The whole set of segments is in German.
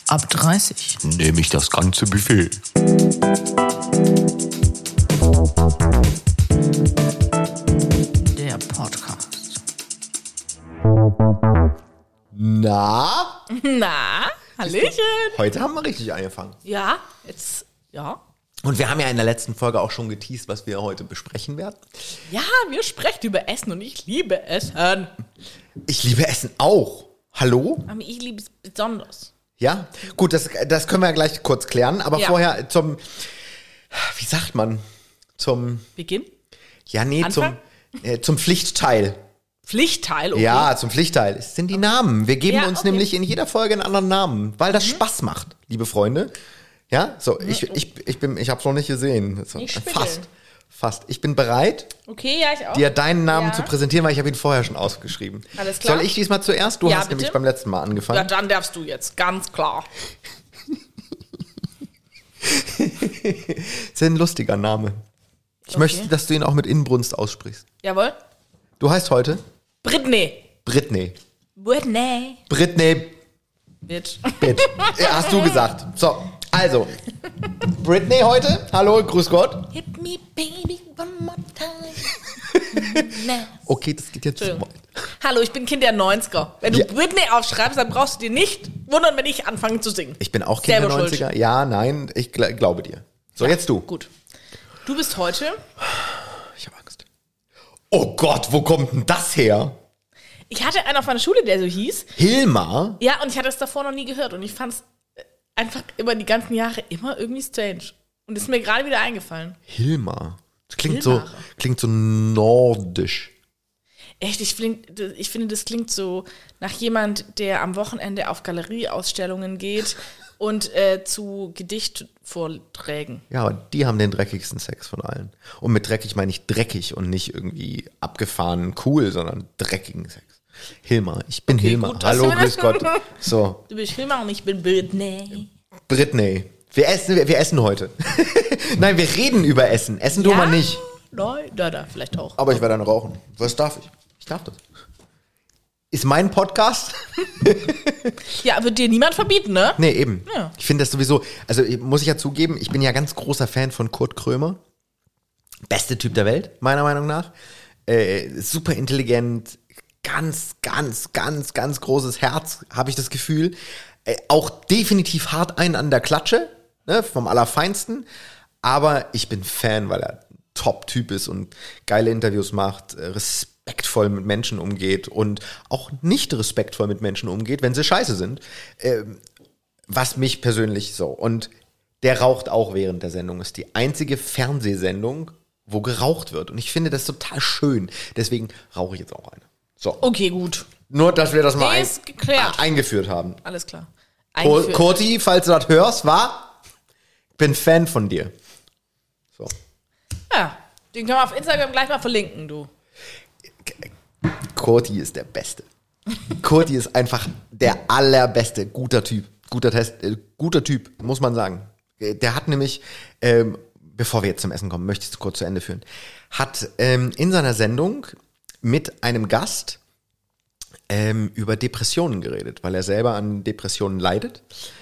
Ab 30 nehme ich das ganze Buffet. der Podcast. Na? Na, Hallöchen. Heute haben wir richtig angefangen. Ja, jetzt, ja. Und wir haben ja in der letzten Folge auch schon geteased, was wir heute besprechen werden. Ja, wir sprechen über Essen und ich liebe Essen. Ich liebe Essen auch. Hallo? Aber ich liebe es besonders. Ja? Gut, das können wir ja gleich kurz klären. Aber Ja. vorher wie sagt man? Beginn? Zum Pflichtteil. Pflichtteil, okay. Ja, zum Pflichtteil. Es sind die Namen. Wir geben Ja, uns okay. nämlich in jeder Folge einen anderen Namen, weil das Spaß macht, liebe Freunde. Ja, so, ich hab's noch nicht gesehen. So, Ich spiele. Fast. Ich bin bereit, Okay, ja, ich auch. dir deinen Namen Ja. zu präsentieren, weil ich habe ihn vorher schon ausgeschrieben. Alles klar. Soll ich diesmal zuerst? Du Ja, hast bitte. nämlich beim letzten Mal Ja, angefangen. dann darfst du jetzt, ganz klar. Ist ja ein lustiger Name. Ich möchte, dass du ihn auch mit Inbrunst aussprichst. Jawohl. Du heißt heute Britney. Britney. Britney. Britney Bitch. Bitt. Ja, hast du gesagt. So, also. Britney heute. Hallo, grüß Gott. Hit me, baby, one more time. Nah. Okay, das geht jetzt zu Entschuldigung. weit. Hallo, ich bin Kind der 90er. Wenn du Ja. Britney aufschreibst, dann brauchst du dir nicht wundern, wenn ich anfange zu singen. Ich bin auch Kind der Selber 90er. schuld. Ja, nein, ich glaube dir. So, jetzt du. Gut. Du bist heute. Ich habe Angst. Oh Gott, wo kommt denn das her? Ich hatte einen auf meiner Schule, der so hieß. Hilmar? Ja, und ich hatte es davor noch nie gehört. Und ich fand es einfach über die ganzen Jahre immer irgendwie strange. Und ist mir gerade wieder eingefallen. Hilmar. Das klingt Hilmar. so nordisch. Echt, ich finde, das klingt so nach jemand, der am Wochenende auf Galerieausstellungen geht und zu Gedichtvorträgen. Ja, aber die haben den dreckigsten Sex von allen. Und mit dreckig meine ich dreckig und nicht irgendwie abgefahren cool, sondern dreckigen Sex. Hilmar, ich bin Hilmar. gut, dass Hallo, du mir grüß das- Gott. So, Du bist Filmer und ich bin Britney. Britney. Wir essen heute. Nein, wir reden über Essen. Essen tun wir nicht. Nein, da, vielleicht auch. Aber ich werde dann rauchen. Was darf ich? Ich darf das. Ist mein Podcast? Ja, wird dir niemand verbieten, ne? Nee, eben. Ja. Ich finde das sowieso, also muss ich ja zugeben, ich bin ja ganz großer Fan von Kurt Krömer. Beste Typ der Welt, meiner Meinung nach. Super intelligent, ganz großes Herz, habe ich das Gefühl. Auch definitiv hart einen an der Klatsche, ne, vom Allerfeinsten. Aber ich bin Fan, weil er Top-Typ ist und geile Interviews macht, respektvoll mit Menschen umgeht und auch nicht respektvoll mit Menschen umgeht, wenn sie scheiße sind. Was mich persönlich so. Und der raucht auch während der Sendung. Ist die einzige Fernsehsendung, wo geraucht wird. Und ich finde das total schön. Deswegen rauche ich jetzt auch eine. So. Okay, gut. Nur, dass wir das mal Ist geklärt. eingeführt haben. Alles klar. Kurti, falls du das hörst, ich bin Fan von dir. So. Ja, den können wir auf Instagram gleich mal verlinken, du. Kurti ist der Beste. Kurti ist einfach der allerbeste. Guter Typ. Guter Typ, muss man sagen. Der hat nämlich, bevor wir jetzt zum Essen kommen, möchte ich es kurz zu Ende führen, hat in seiner Sendung mit einem Gast über Depressionen geredet, weil er selber an Depressionen leidet.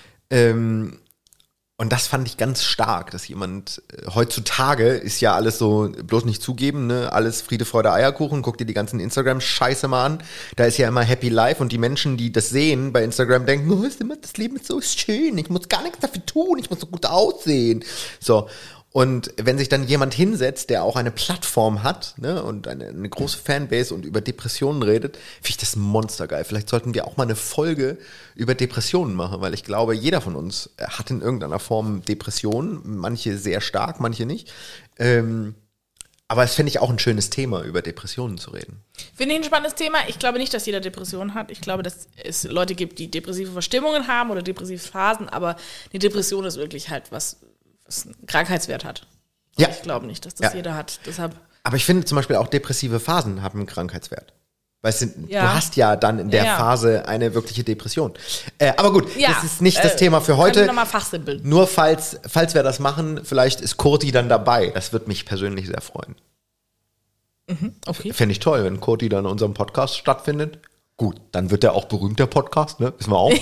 Und das fand ich ganz stark, dass jemand, heutzutage ist ja alles so, bloß nicht zugeben, ne, alles Friede, Freude, Eierkuchen, guck dir die ganzen Instagram-Scheiße mal an, da ist ja immer Happy Life und die Menschen, die das sehen bei Instagram, denken, oh, das Leben ist so schön, ich muss gar nichts dafür tun, ich muss so gut aussehen. So. Und wenn sich dann jemand hinsetzt, der auch eine Plattform hat, ne, und eine große Fanbase und über Depressionen redet, finde ich das monstergeil. Vielleicht sollten wir auch mal eine Folge über Depressionen machen, weil ich glaube, jeder von uns hat in irgendeiner Form Depressionen, manche sehr stark, manche nicht. Aber es finde ich auch ein schönes Thema, über Depressionen zu reden. Finde ich ein spannendes Thema. Ich glaube nicht, dass jeder Depressionen hat. Ich glaube, dass es Leute gibt, die depressive Verstimmungen haben oder depressive Phasen, aber eine Depression ist wirklich halt was einen Krankheitswert hat. Ja. Ich glaube nicht, dass das jeder hat. Deshalb. Aber ich finde zum Beispiel auch depressive Phasen haben einen Krankheitswert. Weißt du, Ja. du hast ja dann in der Ja. Phase eine wirkliche Depression. Aber gut, Ja, das ist nicht das Thema für heute. Können wir nochmal fachsimpeln. Nur falls wir das machen, vielleicht ist Kurti dann dabei. Das würde mich persönlich sehr freuen. Okay. Fände ich toll, wenn Kurti dann in unserem Podcast stattfindet. Gut, dann wird der auch berühmt, der Podcast, ne? Wissen wir auch.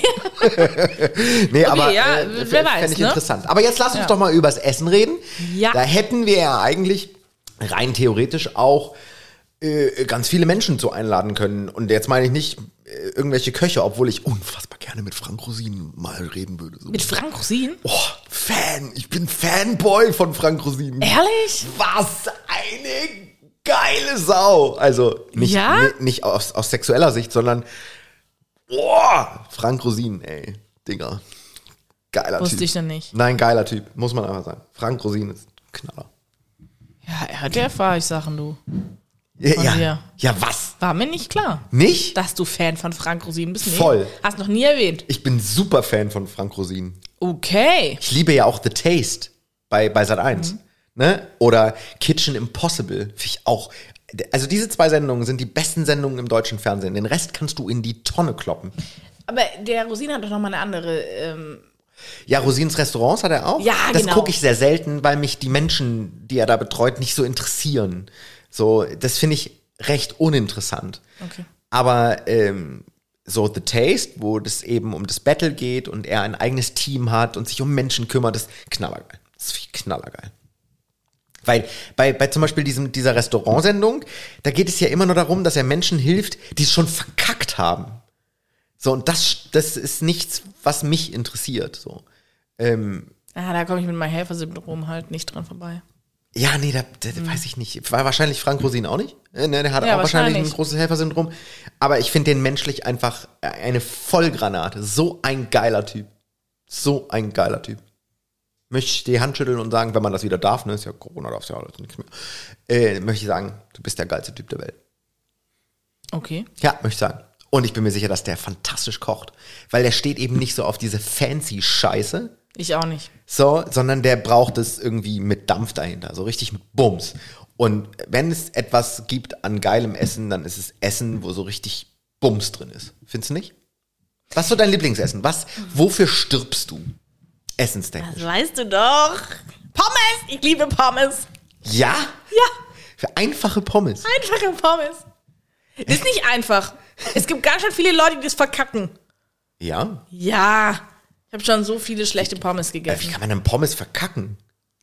Nee, aber ja, wer weiß, fände ich ne? interessant. Aber jetzt lass uns doch mal übers Essen reden. Ja. Da hätten wir ja eigentlich rein theoretisch auch ganz viele Menschen zu einladen können. Und jetzt meine ich nicht irgendwelche Köche, obwohl ich unfassbar gerne mit Frank Rosin mal reden würde. So. Mit Frank Rosin? Oh, ich bin Fanboy von Frank Rosin. Ehrlich? Was eine geile Sau. Also nicht, Ja? nicht aus sexueller Sicht, sondern Frank Rosin, ey, Digga. Geiler Typ. Wusste ich dann nicht. Nein, geiler Typ, muss man einfach sagen. Frank Rosin ist ein Knaller. Ja, der erfahre ich Sachen, du. Ja, ja, was? War mir nicht klar, Nicht? dass du Fan von Frank Rosin bist. Nee. Voll. Hast noch nie erwähnt. Ich bin super Fan von Frank Rosin. Okay. Ich liebe ja auch The Taste bei Sat.1. Ne? Oder Kitchen Impossible. Finde ich auch. Also diese 2 Sendungen sind die besten Sendungen im deutschen Fernsehen. Den Rest kannst du in die Tonne kloppen. Aber der Rosin hat doch noch mal eine andere. Ja, Rosins Restaurants hat er auch. Ja, das genau. gucke ich sehr selten, weil mich die Menschen, die er da betreut, nicht so interessieren. So, das finde ich recht uninteressant. Okay. Aber so The Taste, wo das eben um das Battle geht und er ein eigenes Team hat und sich um Menschen kümmert, das ist knallergeil. Das ist knallergeil. Weil bei zum Beispiel dieser Restaurantsendung, da geht es ja immer nur darum, dass er Menschen hilft, die es schon verkackt haben. So, und das ist nichts, was mich interessiert. So. Da komme ich mit meinem Helfersyndrom halt nicht dran vorbei. Ja, nee, da weiß ich nicht. War wahrscheinlich Frank Rosin auch nicht. Ne, der hat Ja, auch wahrscheinlich ein wahrscheinlich. großes Helfersyndrom. Aber ich finde den menschlich einfach eine Vollgranate. So ein geiler Typ. So ein geiler Typ. Möchte ich die Hand schütteln und sagen, wenn man das wieder darf, ne, ist ja Corona, darfst ja alles nichts mehr. Möchte ich sagen, du bist der geilste Typ der Welt. Okay. Ja, möchte ich sagen. Und ich bin mir sicher, dass der fantastisch kocht. Weil der steht eben nicht so auf diese fancy Scheiße, Ich auch nicht. so, sondern der braucht es irgendwie mit Dampf dahinter, so richtig mit Bums. Und wenn es etwas gibt an geilem Essen, dann ist es Essen, wo so richtig Bums drin ist. Findest du nicht? Was ist so dein Lieblingsessen? Wofür stirbst du? Essenstechnisch. Das weißt du doch. Pommes! Ich liebe Pommes. Ja? Ja, Für einfache Pommes. einfache Pommes. Das ist nicht einfach. Es gibt ganz schön viele Leute, die das verkacken. Ja? Ja. Ich habe schon so viele schlechte Pommes Wie gegessen. kann man denn Pommes verkacken?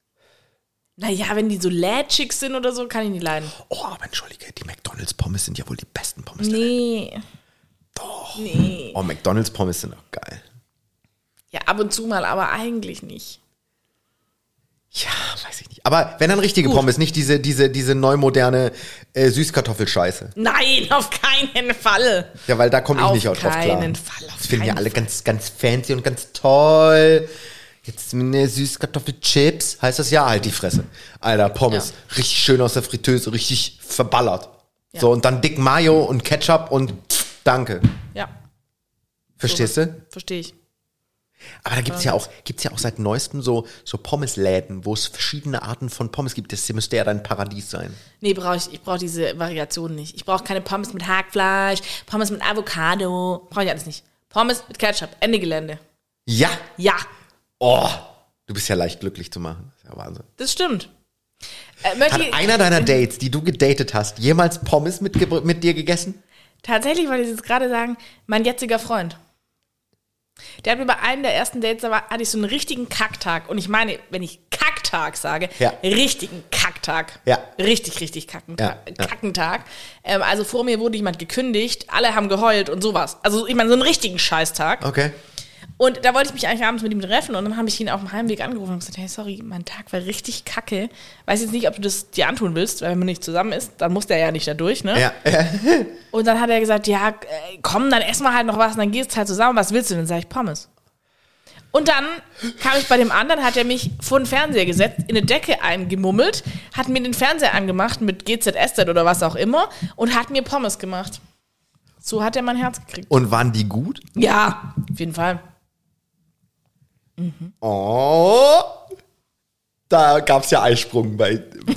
Naja, wenn die so lätschig sind oder so, kann ich nicht leiden. Oh, aber entschuldige, die McDonalds-Pommes sind ja wohl die besten Pommes der Welt. Nee. Doch. Nee. Oh, McDonalds-Pommes sind auch geil. Ja, ab und zu mal, aber eigentlich nicht. Ja, weiß ich nicht. Aber wenn dann richtige Pommes, nicht diese neumoderne Süßkartoffelscheiße. Nein, auf keinen Fall. Ja, weil da komme ich Auf nicht drauf klar. keinen Fall, auf Das finden ja keinen alle ganz, ganz fancy und ganz toll. Jetzt eine Süßkartoffelchips, heißt das ja, halt die Fresse. Alter, Pommes, richtig schön aus der Fritteuse, richtig verballert. Ja. So, und dann dick Mayo und Ketchup und danke. Ja, Verstehst du? verstehe ich. Aber da gibt's ja auch seit neuestem so Pommesläden, wo es verschiedene Arten von Pommes gibt. Das müsste ja dein Paradies sein. Nee, ich brauche diese Variation nicht. Ich brauche keine Pommes mit Hackfleisch, Pommes mit Avocado. Brauche ich alles nicht. Pommes mit Ketchup, Ende Gelände. Ja. Ja, Oh, du bist ja leicht glücklich zu machen. Das ist ja Wahnsinn. das stimmt. Hat einer deiner Dates, die du gedatet hast, jemals Pommes mit dir gegessen? Tatsächlich wollte ich jetzt gerade sagen, mein jetziger Freund. Der hat mir bei einem der ersten Dates, hatte ich so einen richtigen Kacktag. Und ich meine, wenn ich Kacktag sage, Ja. richtigen Kacktag. Ja. Richtig Kackentag. Ja. Kackentag. Also vor mir wurde jemand gekündigt, alle haben geheult und sowas. Also ich meine, so einen richtigen Scheißtag. Okay. Und da wollte ich mich eigentlich abends mit ihm treffen und dann habe ich ihn auf dem Heimweg angerufen und gesagt, hey, sorry, mein Tag war richtig kacke. Weiß jetzt nicht, ob du das dir antun willst, weil wenn man nicht zusammen ist, dann muss der ja nicht da durch, ne? Ja. Und dann hat er gesagt, ja, komm, dann essen wir halt noch was und dann gehst du halt zusammen. Was willst du denn? Dann sage ich, Pommes. Und dann kam ich bei dem anderen, hat er mich vor den Fernseher gesetzt, in eine Decke eingemummelt, hat mir den Fernseher angemacht mit GZSZ oder was auch immer und hat mir Pommes gemacht. So hat er mein Herz gekriegt. Und waren die gut? Ja, auf jeden Fall. Oh. Da gab's ja Eisprung bei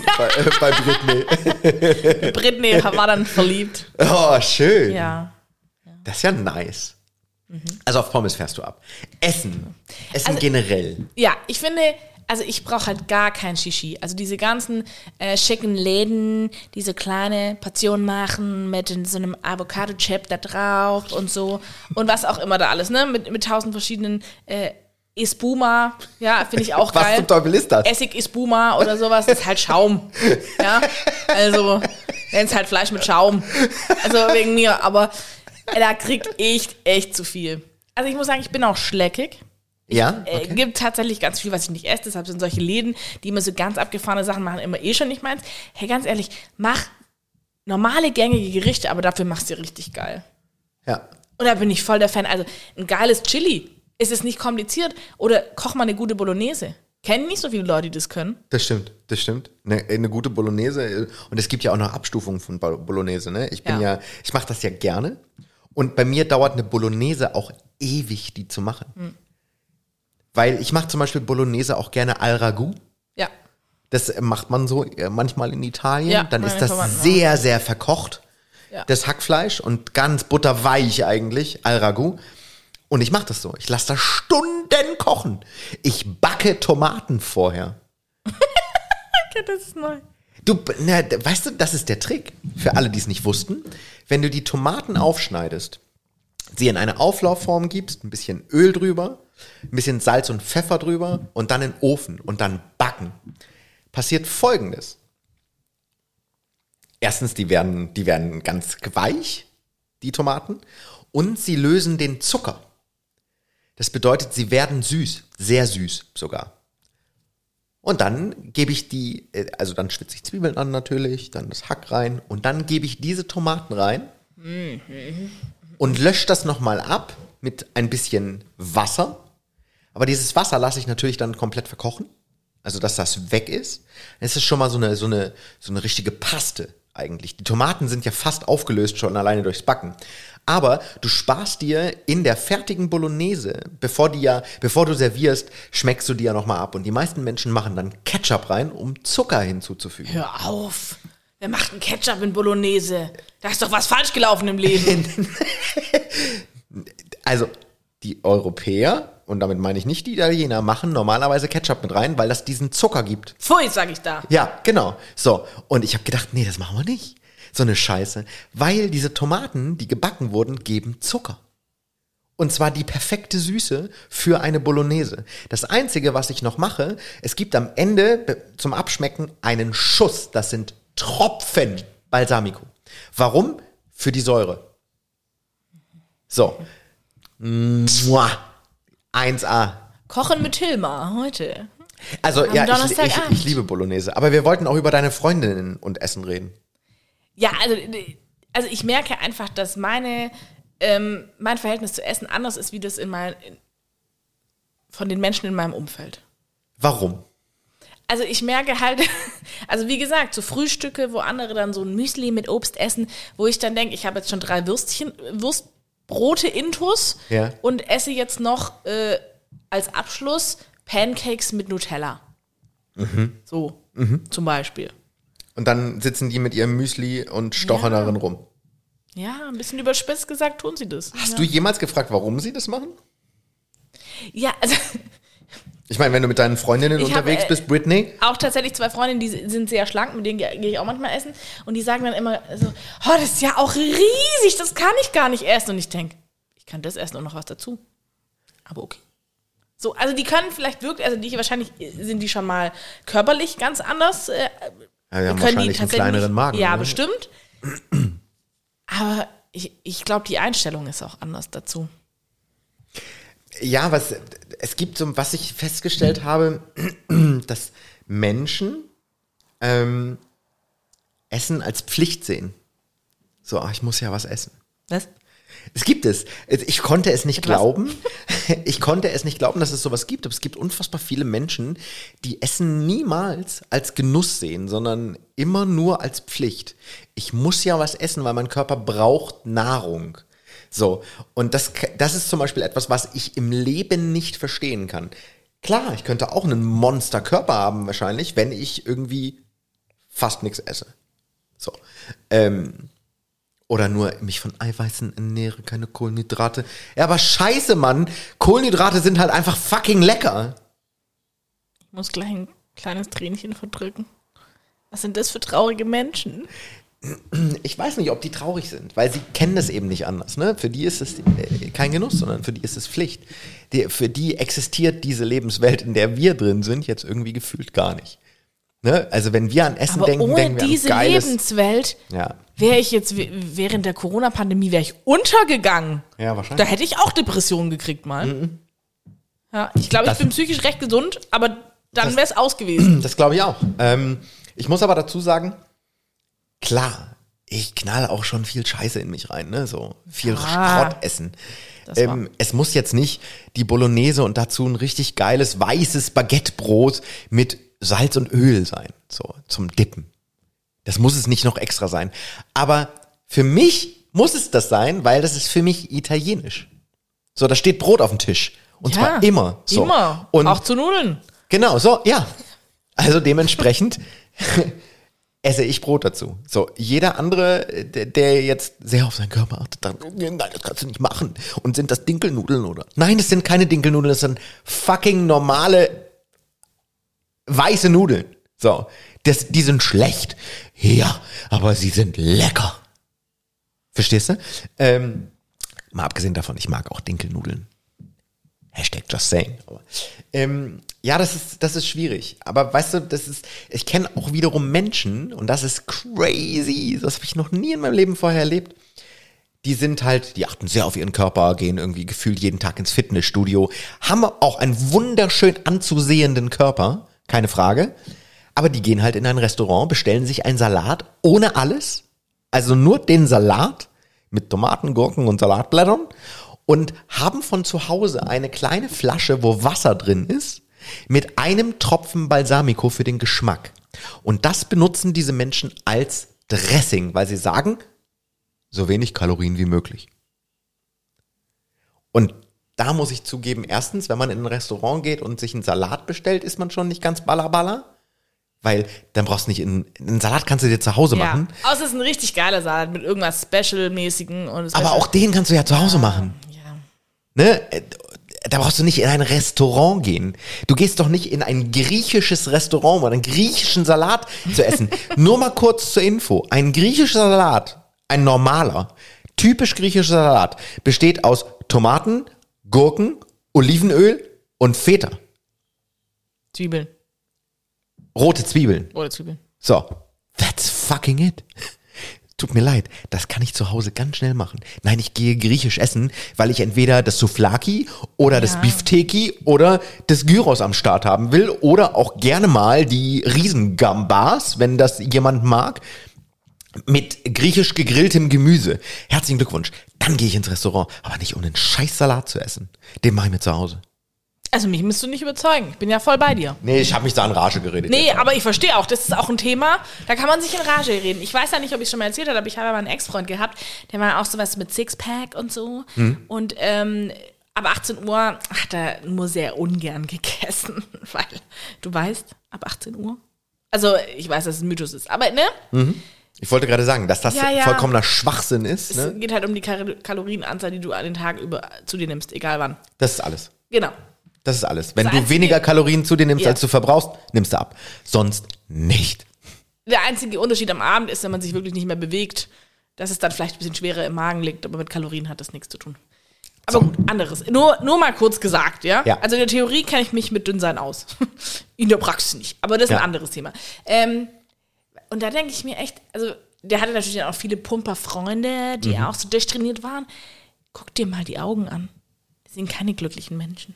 Britney. Britney war dann verliebt. Oh, schön. Ja. Das ist ja nice. Also auf Pommes fährst du ab. Essen Also- generell. Ja, ich finde, also ich brauche halt gar kein Shishi. Also diese ganzen schicken Läden, diese kleine Portion machen mit so einem Avocado-Chip da drauf und so und was auch immer da alles, ne? Mit 1000 verschiedenen Espuma, ja, finde ich auch geil. Was zum Teufel ist das? Essig Espuma oder sowas, das ist halt Schaum. Ja, also nenn's halt Fleisch mit Schaum. Also wegen mir, aber da krieg ich echt zu viel. Also ich muss sagen, ich bin auch schleckig. Ja? Okay. Gibt tatsächlich ganz viel, was ich nicht esse. Deshalb sind solche Läden, die immer so ganz abgefahrene Sachen machen, immer schon nicht meins. Hey, ganz ehrlich, mach normale, gängige Gerichte, aber dafür machst du richtig geil. Ja. Und da bin ich voll der Fan. Also ein geiles Chili. Ist es nicht kompliziert? Oder koch mal eine gute Bolognese. Kennen nicht so viele Leute, die das können. Das stimmt. Eine gute Bolognese. Und es gibt ja auch noch Abstufungen von Bolognese, ne? Ich mache das ja gerne. Und bei mir dauert eine Bolognese auch ewig, die zu machen. Weil ich mache zum Beispiel Bolognese auch gerne al Ragout. Ja. Das macht man so manchmal in Italien. Ja, dann ist meine das Verwandten sehr, sehr verkocht. Ja. Das Hackfleisch und ganz butterweich eigentlich, al Ragout. Und ich mache das so. Ich lasse das Stunden kochen. Ich backe Tomaten vorher. Okay, das ist neu. Weißt du, das ist der Trick. Für alle, die es nicht wussten. Wenn du die Tomaten aufschneidest, sie in eine Auflaufform gibst, ein bisschen Öl drüber, ein bisschen Salz und Pfeffer drüber und dann in den Ofen und dann backen, passiert Folgendes. Erstens, die werden ganz weich, die Tomaten, und sie lösen den Zucker. Das bedeutet, sie werden süß, sehr süß sogar. Und dann gebe ich dann schwitze ich Zwiebeln an natürlich, dann das Hack rein und dann gebe ich diese Tomaten rein und lösche das nochmal ab mit ein bisschen Wasser. Aber dieses Wasser lasse ich natürlich dann komplett verkochen, also dass das weg ist. Es ist schon mal so eine richtige Paste eigentlich. Die Tomaten sind ja fast aufgelöst schon alleine durchs Backen. Aber du sparst dir in der fertigen Bolognese, bevor du servierst, schmeckst du die ja nochmal ab. Und die meisten Menschen machen dann Ketchup rein, um Zucker hinzuzufügen. Hör auf. Wer macht einen Ketchup in Bolognese? Da ist doch was falsch gelaufen im Leben. Also, die Europäer, und damit meine ich nicht die Italiener, machen normalerweise Ketchup mit rein, weil das diesen Zucker gibt. Pfui, sag ich da. Ja, genau. So, und ich habe gedacht, nee, das machen wir nicht. So eine Scheiße. Weil diese Tomaten, die gebacken wurden, geben Zucker. Und zwar die perfekte Süße für eine Bolognese. Das Einzige, was ich noch mache, es gibt am Ende zum Abschmecken einen Schuss. Das sind Tropfen Balsamico. Warum? Für die Säure. So. 1A. Kochen mit Hilmar heute. Also Am ja, Donnerstagabend. ich liebe Bolognese. Aber wir wollten auch über deine Freundinnen und Essen reden. Ja, also ich merke einfach, dass mein Verhältnis zu Essen anders ist, wie das von den Menschen in meinem Umfeld. Warum? Also ich merke halt, also wie gesagt, so Frühstücke, wo andere dann so ein Müsli mit Obst essen, wo ich dann denke, ich habe jetzt schon 3 Wurstbrote intus und esse jetzt noch als Abschluss Pancakes mit Nutella. So, zum Beispiel. Und dann sitzen die mit ihrem Müsli und stochern darin rum. Ja, ein bisschen überspitzt gesagt tun sie das. Hast du jemals gefragt, warum sie das machen? Ja, also... Ich meine, wenn du mit deinen Freundinnen unterwegs bist, Britney? Auch tatsächlich 2 Freundinnen, die sind sehr schlank, mit denen gehe ich auch manchmal essen. Und die sagen dann immer so, oh, das ist ja auch riesig, das kann ich gar nicht essen. Und ich denke, ich kann das essen und noch was dazu. Aber okay. So, also die können vielleicht wirklich, also wahrscheinlich sind die schon mal körperlich ganz anders. Ja, wir haben wahrscheinlich einen kleineren Magen. Ja, ne? Bestimmt. Aber ich glaube, die Einstellung ist auch anders dazu. Ja, es gibt so, was ich festgestellt habe, dass Menschen Essen als Pflicht sehen. So, ich muss ja was essen. Was? Es gibt es. Ich konnte es nicht glauben. Ich konnte es nicht glauben, dass es sowas gibt. Aber es gibt unfassbar viele Menschen, die Essen niemals als Genuss sehen, sondern immer nur als Pflicht. Ich muss ja was essen, weil mein Körper braucht Nahrung. So, und das ist zum Beispiel etwas, was ich im Leben nicht verstehen kann. Klar, ich könnte auch einen Monsterkörper haben wahrscheinlich, wenn ich irgendwie fast nichts esse. So, oder nur mich von Eiweißen ernähre, keine Kohlenhydrate. Ja, aber scheiße, Mann, Kohlenhydrate sind halt einfach fucking lecker. Muss gleich ein kleines Tränchen verdrücken. Was sind das für traurige Menschen? Ich weiß nicht, ob die traurig sind, weil sie kennen das eben nicht anders. Ne? Für die ist es kein Genuss, sondern für die ist es Pflicht. Für die existiert diese Lebenswelt, in der wir drin sind, jetzt irgendwie gefühlt gar nicht. Ne? Also wenn wir an Essen Aber denken, ohne denken wir diese an geiles... Lebenswelt Ja. wäre ich jetzt während der Corona-Pandemie wäre ich untergegangen. Ja, wahrscheinlich. Da hätte ich auch Depressionen gekriegt mal. Ja, ich glaube, ich bin psychisch recht gesund, aber dann wäre es aus gewesen. Das glaube ich auch. Ich muss aber dazu sagen, klar, ich knall auch schon viel Scheiße in mich rein, ne? So viel Schrott essen. Es muss jetzt nicht die Bolognese und dazu ein richtig geiles weißes Baguettebrot mit Salz und Öl sein, so zum Dippen. Das muss es nicht noch extra sein. Aber für mich muss es das sein, weil das ist für mich italienisch. So, da steht Brot auf dem Tisch. Und zwar immer. So. Immer. Und auch zu Nudeln. genau, so, ja. Also dementsprechend esse ich Brot dazu. So, jeder andere, der jetzt sehr auf seinen Körper achtet, dann, nein, das kannst du nicht machen. Und sind das Dinkelnudeln oder? Nein, das sind keine Dinkelnudeln, das sind fucking normale weiße Nudeln. So, die sind schlecht. Ja, aber sie sind lecker. Verstehst du? Mal abgesehen davon, ich mag auch Dinkelnudeln. Hashtag just saying. Aber, ja, das ist schwierig. Aber weißt du, ich kenne auch wiederum Menschen, und das ist crazy, das habe ich noch nie in meinem Leben vorher erlebt. Die achten sehr auf ihren Körper, gehen irgendwie gefühlt jeden Tag ins Fitnessstudio, haben auch einen wunderschön anzusehenden Körper, keine Frage. Aber die gehen halt in ein Restaurant, bestellen sich einen Salat ohne alles, also nur den Salat mit Tomaten, Gurken und Salatblättern und haben von zu Hause eine kleine Flasche, wo Wasser drin ist, mit einem Tropfen Balsamico für den Geschmack. Und das benutzen diese Menschen als Dressing, weil sie sagen, so wenig Kalorien wie möglich. Und da muss ich zugeben, erstens, wenn man in ein Restaurant geht und sich einen Salat bestellt, ist man schon nicht ganz ballerballer. Weil dann brauchst du nicht einen Salat kannst du dir zu Hause machen. Außer es ist ein richtig geiler Salat mit irgendwas Special-mäßigen. Aber auch den kannst du ja zu Hause machen. Ja. Ne? Da brauchst du nicht in ein Restaurant gehen. Du gehst doch nicht in ein griechisches Restaurant, um einen griechischen Salat zu essen. Nur mal kurz zur Info. Ein griechischer Salat, ein normaler, typisch griechischer Salat, besteht aus Tomaten, Gurken, Olivenöl und Feta. Zwiebeln. Rote Zwiebeln. Oder Zwiebeln. So, that's fucking it. Tut mir leid, das kann ich zu Hause ganz schnell machen. Nein, ich gehe griechisch essen, weil ich entweder das Souvlaki oder das Bifteki oder das Gyros am Start haben will oder auch gerne mal die Riesengambas, wenn das jemand mag, mit griechisch gegrilltem Gemüse. Herzlichen Glückwunsch. Dann gehe ich ins Restaurant, aber nicht um einen scheiß Salat zu essen. Den mache ich mir zu Hause. Also mich musst du nicht überzeugen. Ich bin ja voll bei dir. Nee, ich habe mich da in Rage geredet. Nee, aber ich verstehe auch, das ist auch ein Thema, da kann man sich in Rage reden. Ich weiß ja nicht, ob ich es schon mal erzählt habe, aber ich habe ja mal einen Ex-Freund gehabt, der war auch sowas mit Sixpack und so. Und ab 18 Uhr hat er nur sehr ungern gegessen, weil, du weißt, ab 18 Uhr. Also ich weiß, dass es ein Mythos ist, aber ne? Ich wollte gerade sagen, dass das Ja. vollkommener Schwachsinn ist. Es Ne? geht halt um die Kalorienanzahl, die du an den Tag über zu dir nimmst, egal wann. Das ist alles. Genau. Das ist alles. Wenn Das du Einzige- weniger Kalorien zu dir nimmst, Ja. als du verbrauchst, nimmst du ab. Sonst nicht. Der einzige Unterschied am Abend ist, wenn man sich wirklich nicht mehr bewegt, dass es dann vielleicht ein bisschen schwerer im Magen liegt, aber mit Kalorien hat das nichts zu tun. Aber gut, anderes. Nur mal kurz gesagt, ja? Ja. Also in der Theorie kenne ich mich mit Dünnsein aus. In der Praxis nicht. Aber das ist Ja. ein anderes Thema. Und da denke ich mir echt, also der hatte natürlich dann auch viele Pumper-Freunde, die auch so durchtrainiert waren. Guck dir mal die Augen an. Das sind keine glücklichen Menschen.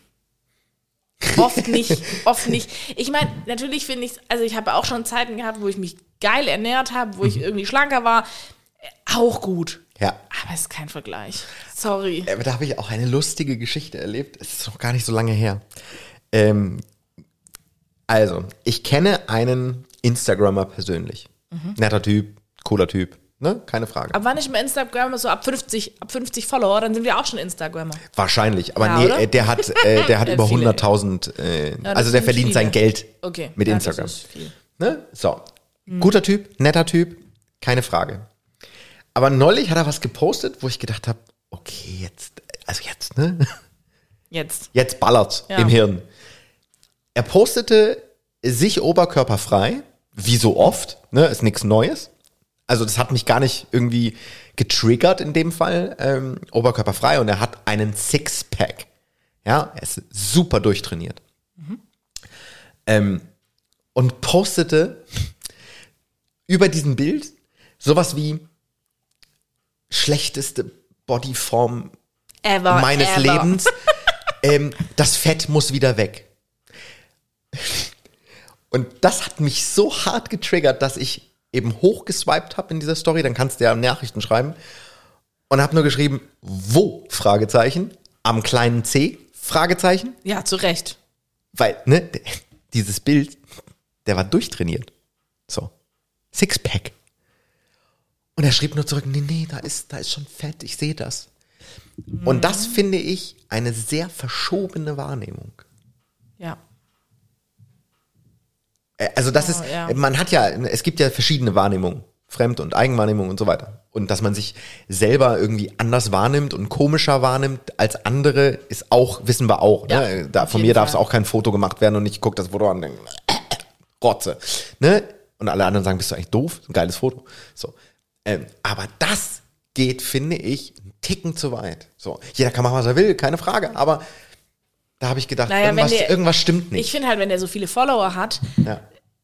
Oft nicht. Ich meine, natürlich finde ich, also ich habe auch schon Zeiten gehabt, wo ich mich geil ernährt habe, wo ich irgendwie schlanker war. Auch gut. Ja. Aber es ist kein Vergleich. Sorry. Aber da habe ich auch eine lustige Geschichte erlebt. Es ist noch gar nicht so lange her. Also, ich kenne einen Instagrammer persönlich. Netter Typ, cooler Typ. Ne? Keine Frage. Aber war nicht mal Instagram so ab 50 Follower, dann sind wir auch schon Instagrammer. Wahrscheinlich. Aber Ja, nee, oder? der hat über viele. 100.000, das also der sind verdient viele. sein Geld Okay. mit ja, Instagram. Das ist viel. Ne? So. Guter Typ, netter Typ, keine Frage. Aber neulich hat er was gepostet, wo ich gedacht habe, okay, jetzt, ne? Jetzt. Jetzt ballert's Ja. im Hirn. Er postete sich oberkörperfrei, wie so oft, ne, ist nichts Neues. Also das hat mich gar nicht irgendwie getriggert in dem Fall, oberkörperfrei, und er hat einen Sixpack. Ja, er ist super durchtrainiert. Und postete über diesem Bild sowas wie schlechteste Bodyform meines Lebens. Das Fett muss wieder weg. Und das hat mich so hart getriggert, dass ich eben hochgeswiped habe in dieser Story. Dann kannst du ja Nachrichten schreiben. Und habe nur geschrieben, wo? Fragezeichen. Am kleinen C? Fragezeichen. Ja, zu Recht. Weil, ne, dieses Bild, der war durchtrainiert. So. Sixpack. Und er schrieb nur zurück, nee, da ist schon Fett, ich sehe das. Und das finde ich eine sehr verschobene Wahrnehmung. Ja. Also das ist, ja. Es gibt ja verschiedene Wahrnehmungen, Fremd- und Eigenwahrnehmung und so weiter. Und dass man sich selber irgendwie anders wahrnimmt und komischer wahrnimmt als andere, ist auch, wissen wir auch. Ja, Ne? Von auf jeden mir darf es Fall. auch kein Foto gemacht werden und ich gucke das Foto an und denke, Rotze. Ne? Und alle anderen sagen, bist du eigentlich doof? Ein geiles Foto. So. Aber das geht, finde ich, einen Ticken zu weit. So. Jeder kann machen, was er will, keine Frage. Aber da habe ich gedacht, Naja, irgendwas stimmt nicht. Ich finde halt, wenn der so viele Follower hat, Ja.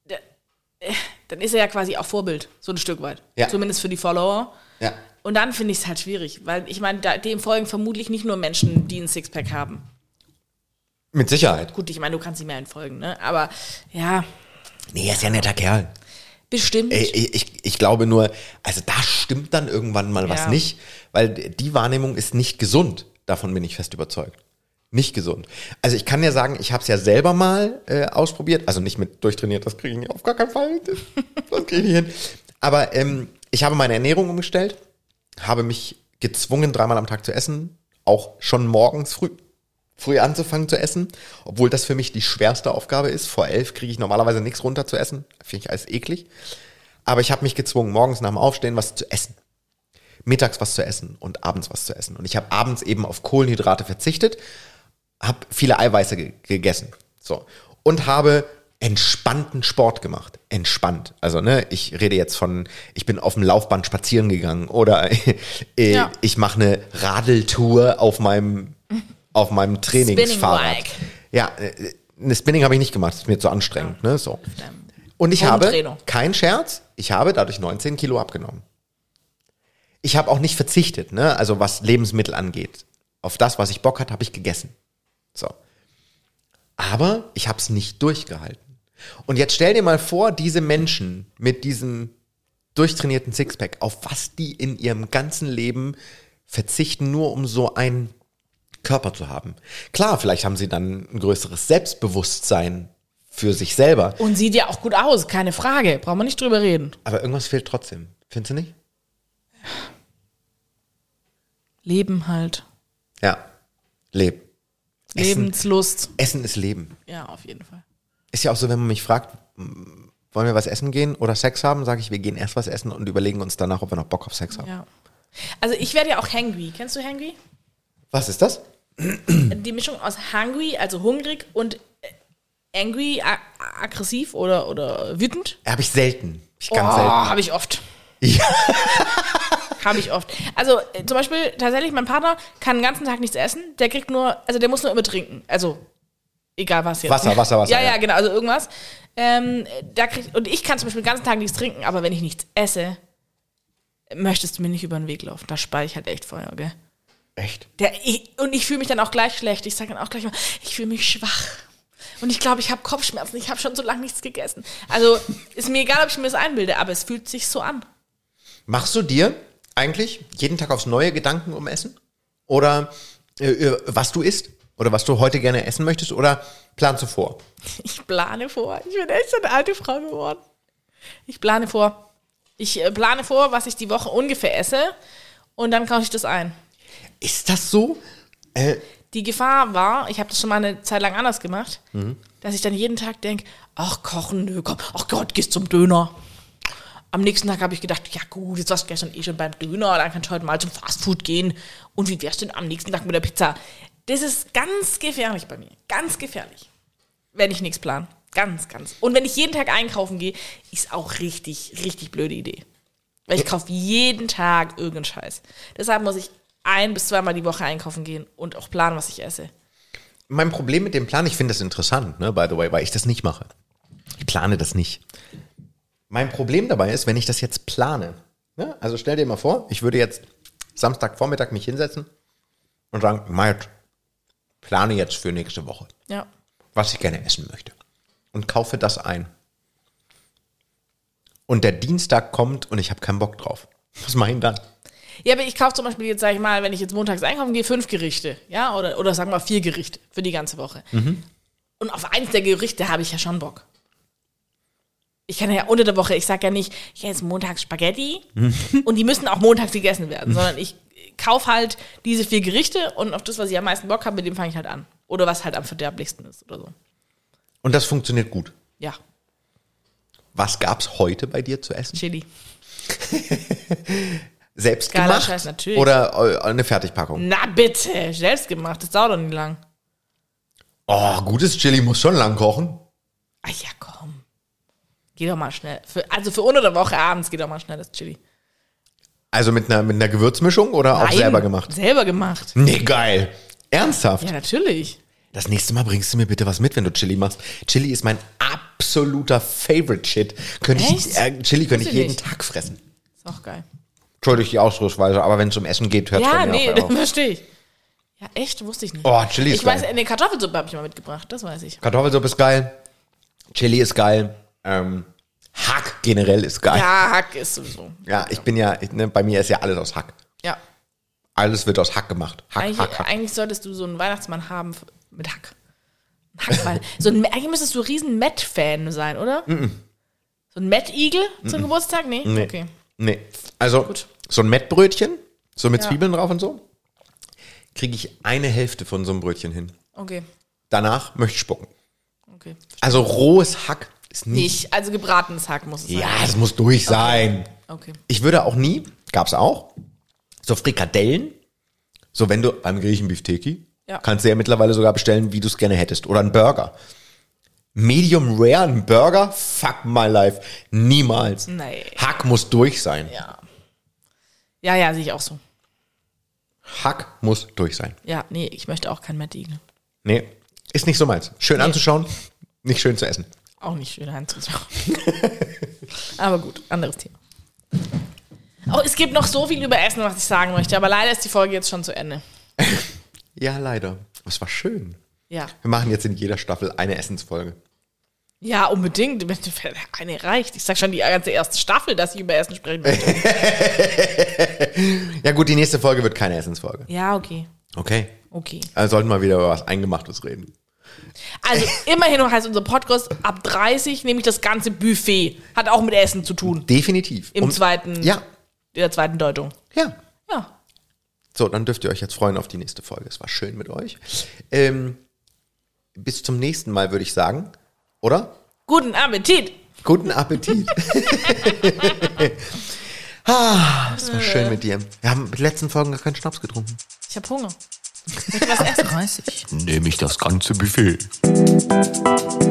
dann ist er ja quasi auch Vorbild, so ein Stück weit. Ja. Zumindest für die Follower. Ja. Und dann finde ich es halt schwierig, weil ich meine, dem folgen vermutlich nicht nur Menschen, die ein Sixpack haben. Mit Sicherheit. Gut, ich meine, du kannst ihm ja entfolgen, ne? Aber ja, Nee, er ist ja ein netter Kerl. bestimmt. Ich glaube nur, also da stimmt dann irgendwann mal was Ja. nicht, weil die Wahrnehmung ist nicht gesund. Davon bin ich fest überzeugt. Nicht gesund. Also ich kann ja sagen, ich habe es ja selber mal ausprobiert. Also nicht mit durchtrainiert, das kriege ich nicht, auf gar keinen Fall. Das kriege ich nicht hin. Aber ich habe meine Ernährung umgestellt, habe mich gezwungen, 3-mal am Tag zu essen. Auch schon morgens früh anzufangen zu essen. Obwohl das für mich die schwerste Aufgabe ist. Vor 11 kriege ich normalerweise nichts runter zu essen. Finde ich alles eklig. Aber ich habe mich gezwungen, morgens nach dem Aufstehen was zu essen. Mittags was zu essen und abends was zu essen. Und ich habe abends eben auf Kohlenhydrate verzichtet, habe viele Eiweiße gegessen. So. Und habe entspannten Sport gemacht. Entspannt. Also, ne, ich rede jetzt von, ich bin auf dem Laufband spazieren gegangen oder Ja. ich mache eine Radeltour auf meinem Trainingsfahrrad. Spinning-Bike. Ja, eine Spinning habe ich nicht gemacht, das ist mir zu anstrengend. Ne, so. Und ich Hometrainer. habe, kein Scherz, ich habe dadurch 19 Kilo abgenommen. Ich habe auch nicht verzichtet, ne? Also was Lebensmittel angeht. Auf das, was ich Bock hatte, habe ich gegessen. So. Aber ich habe es nicht durchgehalten. Und jetzt stell dir mal vor, diese Menschen mit diesem durchtrainierten Sixpack, auf was die in ihrem ganzen Leben verzichten, nur um so einen Körper zu haben. Klar, vielleicht haben sie dann ein größeres Selbstbewusstsein für sich selber. Und sieht ja auch gut aus, keine Frage. Brauchen wir nicht drüber reden. Aber irgendwas fehlt trotzdem. Findest du nicht? Leben halt. Ja. Essen. Lebenslust. Essen ist Leben. Ja, auf jeden Fall. Ist ja auch so, wenn man mich fragt, wollen wir was essen gehen oder Sex haben, sage ich, wir gehen erst was essen und überlegen uns danach, ob wir noch Bock auf Sex haben. Ja. Also ich werde ja auch hangry. Kennst du hangry? Was ist das? Die Mischung aus hungry, also hungrig, und angry, aggressiv oder wütend. Habe ich selten. Ganz selten. Habe ich oft. Ja. Habe ich oft. Also zum Beispiel tatsächlich, mein Partner kann den ganzen Tag nichts essen. Der kriegt nur, also der muss nur immer trinken. Also egal was jetzt. Wasser. Ja, genau, also irgendwas. Und ich kann zum Beispiel den ganzen Tag nichts trinken, aber wenn ich nichts esse, möchtest du mir nicht über den Weg laufen. Da spare ich halt echt Feuer, gell? Echt? Und ich fühle mich dann auch gleich schlecht. Ich sage dann auch gleich mal, ich fühle mich schwach. Und ich glaube, ich habe Kopfschmerzen. Ich habe schon so lange nichts gegessen. Also ist mir egal, ob ich mir das einbilde, aber es fühlt sich so an. Machst du dir eigentlich jeden Tag aufs Neue Gedanken um Essen? Oder was du isst? Oder was du heute gerne essen möchtest? Oder planst du vor? Ich plane vor. Ich bin echt so eine alte Frau geworden. Ich plane vor. Ich plane vor, was ich die Woche ungefähr esse. Und dann kaufe ich das ein. Ist das so? Die Gefahr war, ich habe das schon mal eine Zeit lang anders gemacht, dass ich dann jeden Tag denke, ach kochen, nö, komm, ach Gott, gehst zum Döner. Am nächsten Tag habe ich gedacht, ja gut, jetzt warst du gestern schon beim Döner, dann kannst du heute mal zum Fastfood gehen. Und wie wär's denn am nächsten Tag mit der Pizza? Das ist ganz gefährlich bei mir, ganz gefährlich, wenn ich nichts plane. Ganz, ganz. Und wenn ich jeden Tag einkaufen gehe, ist auch richtig, richtig blöde Idee. Weil ich kaufe jeden Tag irgendeinen Scheiß. Deshalb muss ich 1- bis 2-mal die Woche einkaufen gehen und auch planen, was ich esse. Mein Problem mit dem Plan, ich finde das interessant, ne, by the way, weil ich das nicht mache. Ich plane das nicht. Mein Problem dabei ist, wenn ich das jetzt plane. Ne? Also stell dir mal vor, ich würde jetzt Samstagvormittag mich hinsetzen und sagen, Marit, plane jetzt für nächste Woche, Ja. was ich gerne essen möchte. Und kaufe das ein. Und der Dienstag kommt und ich habe keinen Bock drauf. Was mache ich denn dann? Ja, aber ich kaufe zum Beispiel jetzt, sag ich mal, wenn ich jetzt montags einkaufen gehe, 5 Gerichte. Ja, oder sagen wir 4 Gerichte für die ganze Woche. Und auf eins der Gerichte habe ich ja schon Bock. Ich kann ja unter der Woche, ich sage ja nicht, ich esse montags Spaghetti und die müssen auch montags gegessen werden, sondern ich kaufe halt diese 4 Gerichte und auf das, was ich am meisten Bock habe, mit dem fange ich halt an. Oder was halt am verderblichsten ist oder so. Und das funktioniert gut. Ja, Was gab's heute bei dir zu essen? Chili. Selbst Geiler gemacht? Scheiß, natürlich. Oder eine Fertigpackung? Na bitte, selbst gemacht, das dauert doch nicht lang. Oh, gutes Chili muss schon lang kochen. Ach ja, komm. Geh doch mal schnell. Für unter der Woche abends geht doch mal schnell das Chili. Also mit einer Gewürzmischung oder auch Nein, selber gemacht? Selber gemacht. Nee, geil. Ernsthaft? Ja, natürlich. Das nächste Mal bringst du mir bitte was mit, wenn du Chili machst. Chili ist mein absoluter Favorite Shit. Chili könnte ich Wusste ich jeden nicht. Tag fressen. Ist auch geil. Entschuldige die Ausdrucksweise, aber wenn es um Essen geht, hört es Ja, bei mir nee, auch das auf. verstehe ich. Ja, echt? Wusste ich nicht. Oh, Chili ist Ich weiß, geil. eine Kartoffelsuppe habe ich mal mitgebracht, das weiß ich. Kartoffelsuppe ist geil. Chili ist geil. Hack generell ist geil. Ja, Hack ist sowieso. Ja, bei mir ist ja alles aus Hack. Ja. Alles wird aus Hack gemacht. Hack, Hack. Eigentlich solltest du so einen Weihnachtsmann haben mit Hack. Hackball. Eigentlich müsstest du ein riesen Matt-Fan sein, oder? So ein Matt-Igel zum Geburtstag? Nee? Nee. Okay. Nee. Also, Gut. so ein Mettbrötchen, so mit Ja. Zwiebeln drauf und so, kriege ich eine Hälfte von so einem Brötchen hin. Okay. Danach möchte ich spucken. Okay. Also rohes Hack ist nicht. Nicht, also gebratenes Hack muss es sein. Ja, es muss durch sein. Okay. Ich würde auch nie, gab's auch, so Frikadellen, so wenn du beim Griechen Beefteki, Ja. kannst du ja mittlerweile sogar bestellen, wie du es gerne hättest. Oder einen Burger. Medium Rare, ein Burger? Fuck my life. Niemals. Nee. Hack muss durch sein. Ja. Ja, sehe ich auch so. Hack muss durch sein. Ja, nee, ich möchte auch kein Matt-Igel. Nee, ist nicht so meins. Schön anzuschauen, nicht schön zu essen. Auch nicht schön anzuschauen. Aber gut, anderes Thema. Oh, es gibt noch so viel über Essen, was ich sagen möchte, aber leider ist die Folge jetzt schon zu Ende. Ja, leider. Das war schön. Ja. Wir machen jetzt in jeder Staffel eine Essensfolge. Ja, unbedingt. Eine reicht. Ich sag schon die ganze erste Staffel, dass ich über Essen sprechen möchte. Ja gut, die nächste Folge wird keine Essensfolge. Ja, okay. Okay. Okay. Also sollten wir wieder über was Eingemachtes reden. Also immerhin noch heißt unser Podcast ab 30, nämlich das ganze Buffet. Hat auch mit Essen zu tun. Definitiv. In der zweiten Deutung. Ja. Ja. So, dann dürft ihr euch jetzt freuen auf die nächste Folge. Es war schön mit euch. Bis zum nächsten Mal, würde ich sagen. Oder? Guten Appetit. Guten Appetit. Es war schön mit dir. Wir haben mit den letzten Folgen gar keinen Schnaps getrunken. Ich hab Hunger. 30. Nehme ich das ganze Buffet.